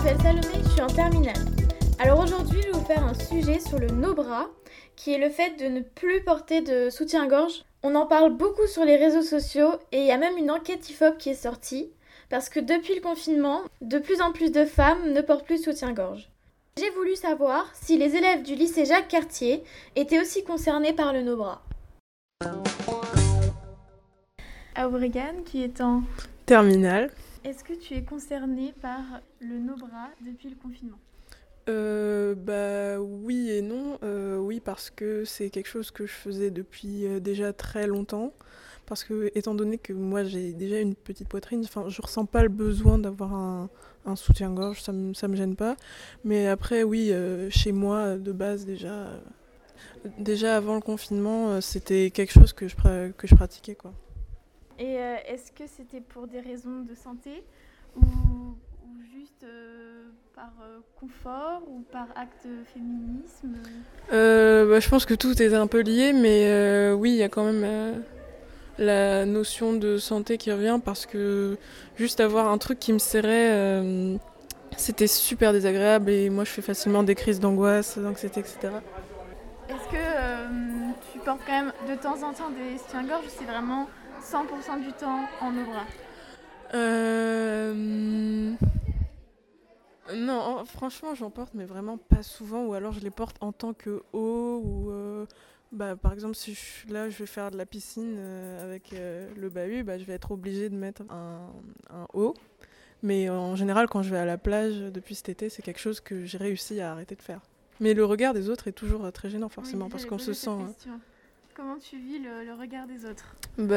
m'appelle Salomé, je suis en terminale. Alors aujourd'hui, je vais vous faire un sujet sur le no-bras, qui est le fait de ne plus porter de soutien-gorge. On en parle beaucoup sur les réseaux sociaux et il y a même une enquête IFOP qui est sortie, parce que depuis le confinement, de plus en plus de femmes ne portent plus de soutien-gorge. J'ai voulu savoir si les élèves du lycée Jacques Cartier étaient aussi concernés par le no-bras. Aurégane, qui est en terminale. Est-ce que tu es concernée par le no-bras depuis le confinement ? Oui et non. Oui, parce que c'est quelque chose que je faisais depuis déjà très longtemps. Parce que, étant donné que moi j'ai déjà une petite poitrine, je ressens pas le besoin d'avoir un soutien-gorge, ça me gêne pas. Mais après, oui, chez moi, de base, déjà avant le confinement, c'était quelque chose que je pratiquais, quoi. Et est-ce que c'était pour des raisons de santé ou juste par confort ou par acte féminisme ? Je pense que tout est un peu lié, mais oui, il y a quand même la notion de santé qui revient parce que juste avoir un truc qui me serrait, c'était super désagréable et moi je fais facilement des crises d'angoisse, d'anxiété, etc. Est-ce que tu portes quand même de temps en temps des soutiens-gorge ou c'est vraiment 100% du temps en no-bras ? Non, franchement j'en porte mais vraiment pas souvent, ou alors je les porte en tant que haut ou par exemple si je vais faire de la piscine avec le bahut, je vais être obligée de mettre un haut. Mais en général quand je vais à la plage depuis cet été, c'est quelque chose que j'ai réussi à arrêter de faire. Mais le regard des autres est toujours très gênant forcément, parce qu'on se sent... Comment tu vis le regard des autres ?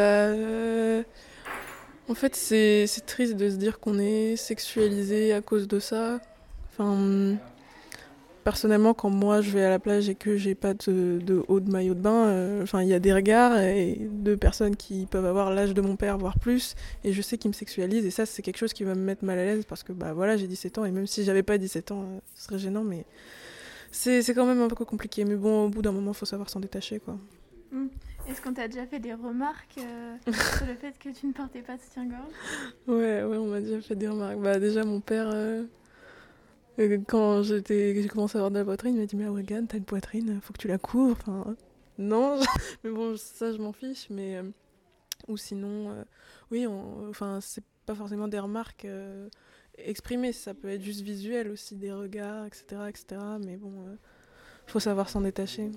En fait, c'est triste de se dire qu'on est sexualisé à cause de ça. Personnellement, quand moi je vais à la plage et que j'ai pas de haut de maillot de bain, il y a des regards de personnes qui peuvent avoir l'âge de mon père, voire plus, et je sais qu'ils me sexualisent, et ça c'est quelque chose qui va me mettre mal à l'aise parce que j'ai 17 ans, et même si j'avais pas 17 ans, ce serait gênant, mais c'est quand même un peu compliqué. Mais bon, au bout d'un moment, faut savoir s'en détacher, quoi. Est-ce qu'on t'a déjà fait des remarques sur le fait que tu ne portais pas de soutien-gorge ? Ouais, on m'a déjà fait des remarques. Déjà, mon père, quand j'ai commencé à avoir de la poitrine, il m'a dit « Mais Aurégane, t'as une poitrine, faut que tu la couvres. » Non, mais bon, ça, je m'en fiche. Mais, ou sinon, c'est pas forcément des remarques exprimées. Ça peut être juste visuel aussi, des regards, etc. Mais bon, faut savoir s'en détacher.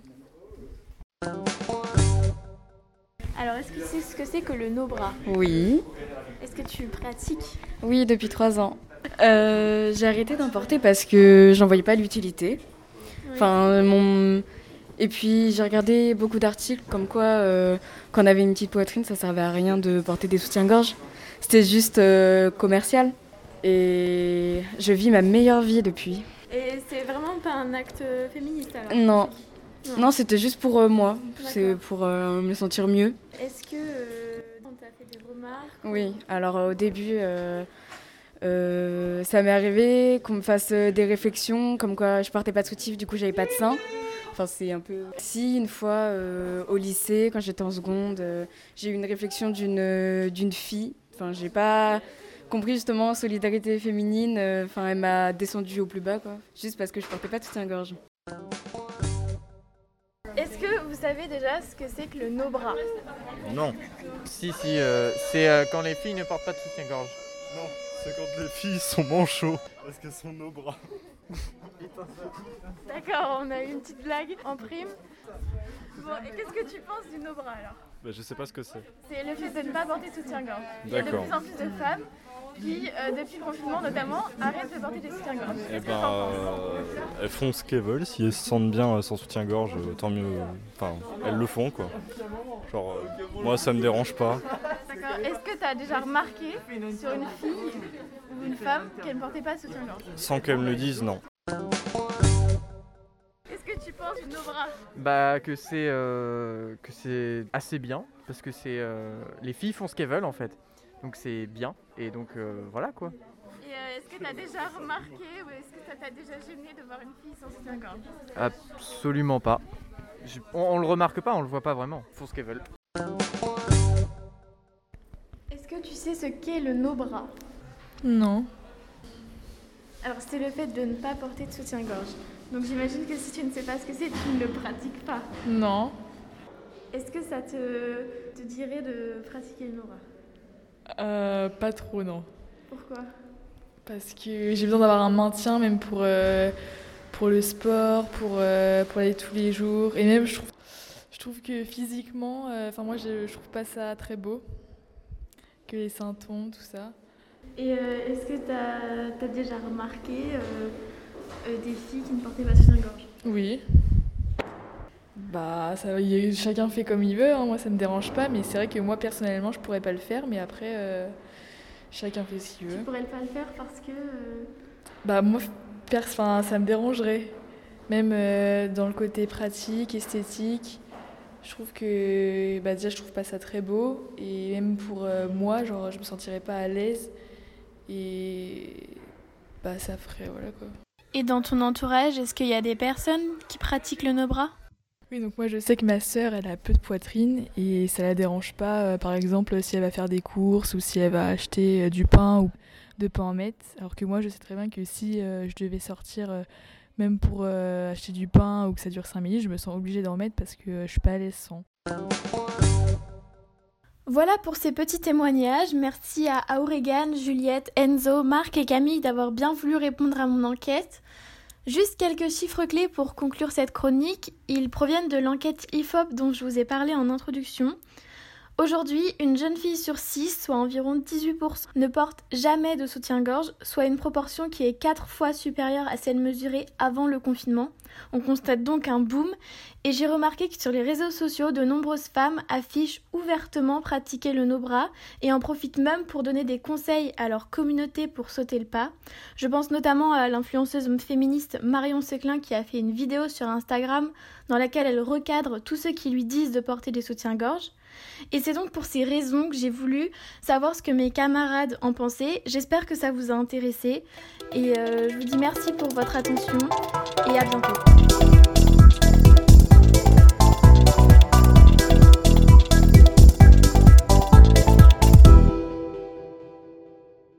Alors, est-ce que tu sais ce que c'est que le no-bras ? Oui. Est-ce que tu pratiques ? Oui, depuis 3 ans. J'ai arrêté d'en porter parce que j'en voyais pas l'utilité. Oui. Et puis j'ai regardé beaucoup d'articles comme quoi quand on avait une petite poitrine, ça servait à rien de porter des soutiens-gorge. C'était juste commercial. Et je vis ma meilleure vie depuis. Et c'est vraiment pas un acte féministe alors ? Non, c'était juste pour moi. D'accord. C'est pour me sentir mieux. Est-ce que on t'a fait des remarques ? Oui, alors au début, ça m'est arrivé qu'on me fasse des réflexions comme quoi je portais pas de soutif, du coup j'avais pas de sein. C'est un peu... Si, une fois au lycée, quand j'étais en seconde, j'ai eu une réflexion d'une fille. J'ai pas compris justement solidarité féminine. Elle m'a descendue au plus bas, quoi, juste parce que je portais pas de soutien-gorge. Est-ce que vous savez déjà ce que c'est que le no-bras ? Non. Si, c'est quand les filles ne portent pas de soutien-gorge. Non, c'est quand les filles sont manchots, parce qu'elles sont no-bras. D'accord, on a eu une petite blague en prime. Bon, et qu'est-ce que tu penses du no-bras alors ? Je sais pas ce que c'est. C'est le fait de ne pas porter de soutien-gorge. D'accord. Il y a de plus en plus de femmes qui, depuis le confinement notamment, arrêtent de porter des soutiens-gorge. Elles font ce qu'elles veulent. Si elles se sentent bien sans soutien-gorge, tant mieux. Elles le font, quoi. Moi, ça me dérange pas. D'accord. Est-ce que tu as déjà remarqué sur une fille ou une femme qu'elle ne portait pas de soutien-gorge ? Sans qu'elles me le disent, non. Qu'est-ce que tu penses du no-bras ? Que c'est assez bien, parce que les filles font ce qu'elles veulent en fait. Donc c'est bien, et donc voilà quoi. Et est-ce que tu as déjà remarqué ou est-ce que ça t'a déjà gêné de voir une fille sans soutien-gorge ? Absolument pas. On le remarque pas, on le voit pas vraiment. Ils font ce qu'elles veulent. Est-ce que tu sais ce qu'est le no-bras ? Non. Alors c'est le fait de ne pas porter de soutien-gorge. Donc j'imagine que si tu ne sais pas ce que c'est, tu ne le pratiques pas. Non. Est-ce que ça te dirait de pratiquer le Nobra? Pas trop, non. Pourquoi? Parce que j'ai besoin d'avoir un maintien, même pour le sport, pour aller tous les jours. Et même, je trouve que physiquement, moi, je trouve pas ça très beau. Que les seins tombent, tout ça. Et est-ce que t'as déjà remarqué des filles qui ne portaient pas de soutien-gorge? Oui. Chacun fait comme il veut, hein. Moi ça me dérange pas, mais c'est vrai que moi personnellement je pourrais pas le faire, mais après chacun fait ce qu'il veut. Tu pourrais pas le faire parce que... Moi ça me dérangerait, même dans le côté pratique, esthétique. Je trouve que déjà je trouve pas ça très beau, et même pour moi genre je me sentirais pas à l'aise, et ça ferait voilà quoi. Et dans ton entourage, est-ce qu'il y a des personnes qui pratiquent le no-bra? Oui, donc moi je sais que ma sœur, elle a peu de poitrine et ça la dérange pas, par exemple si elle va faire des courses ou si elle va acheter du pain ou de pain en mette, alors que moi je sais très bien que si je devais sortir même pour acheter du pain ou que ça dure 5 minutes, je me sens obligée d'en mettre parce que je suis pas à l'aise sans. Voilà pour ces petits témoignages. Merci à Aurégane, Juliette, Enzo, Marc et Camille d'avoir bien voulu répondre à mon enquête. Juste quelques chiffres clés pour conclure cette chronique. Ils proviennent de l'enquête IFOP dont je vous ai parlé en introduction. Aujourd'hui, une jeune fille sur 6, soit environ 18%, ne porte jamais de soutien-gorge, soit une proportion qui est 4 fois supérieure à celle mesurée avant le confinement. On constate donc un boom, et j'ai remarqué que sur les réseaux sociaux, de nombreuses femmes affichent ouvertement pratiquer le no-bra et en profitent même pour donner des conseils à leur communauté pour sauter le pas. Je pense notamment à l'influenceuse féministe Marion Seclin qui a fait une vidéo sur Instagram dans laquelle elle recadre tous ceux qui lui disent de porter des soutiens-gorge. Et c'est donc pour ces raisons que j'ai voulu savoir ce que mes camarades en pensaient. J'espère que ça vous a intéressé et je vous dis merci pour votre attention et à bientôt.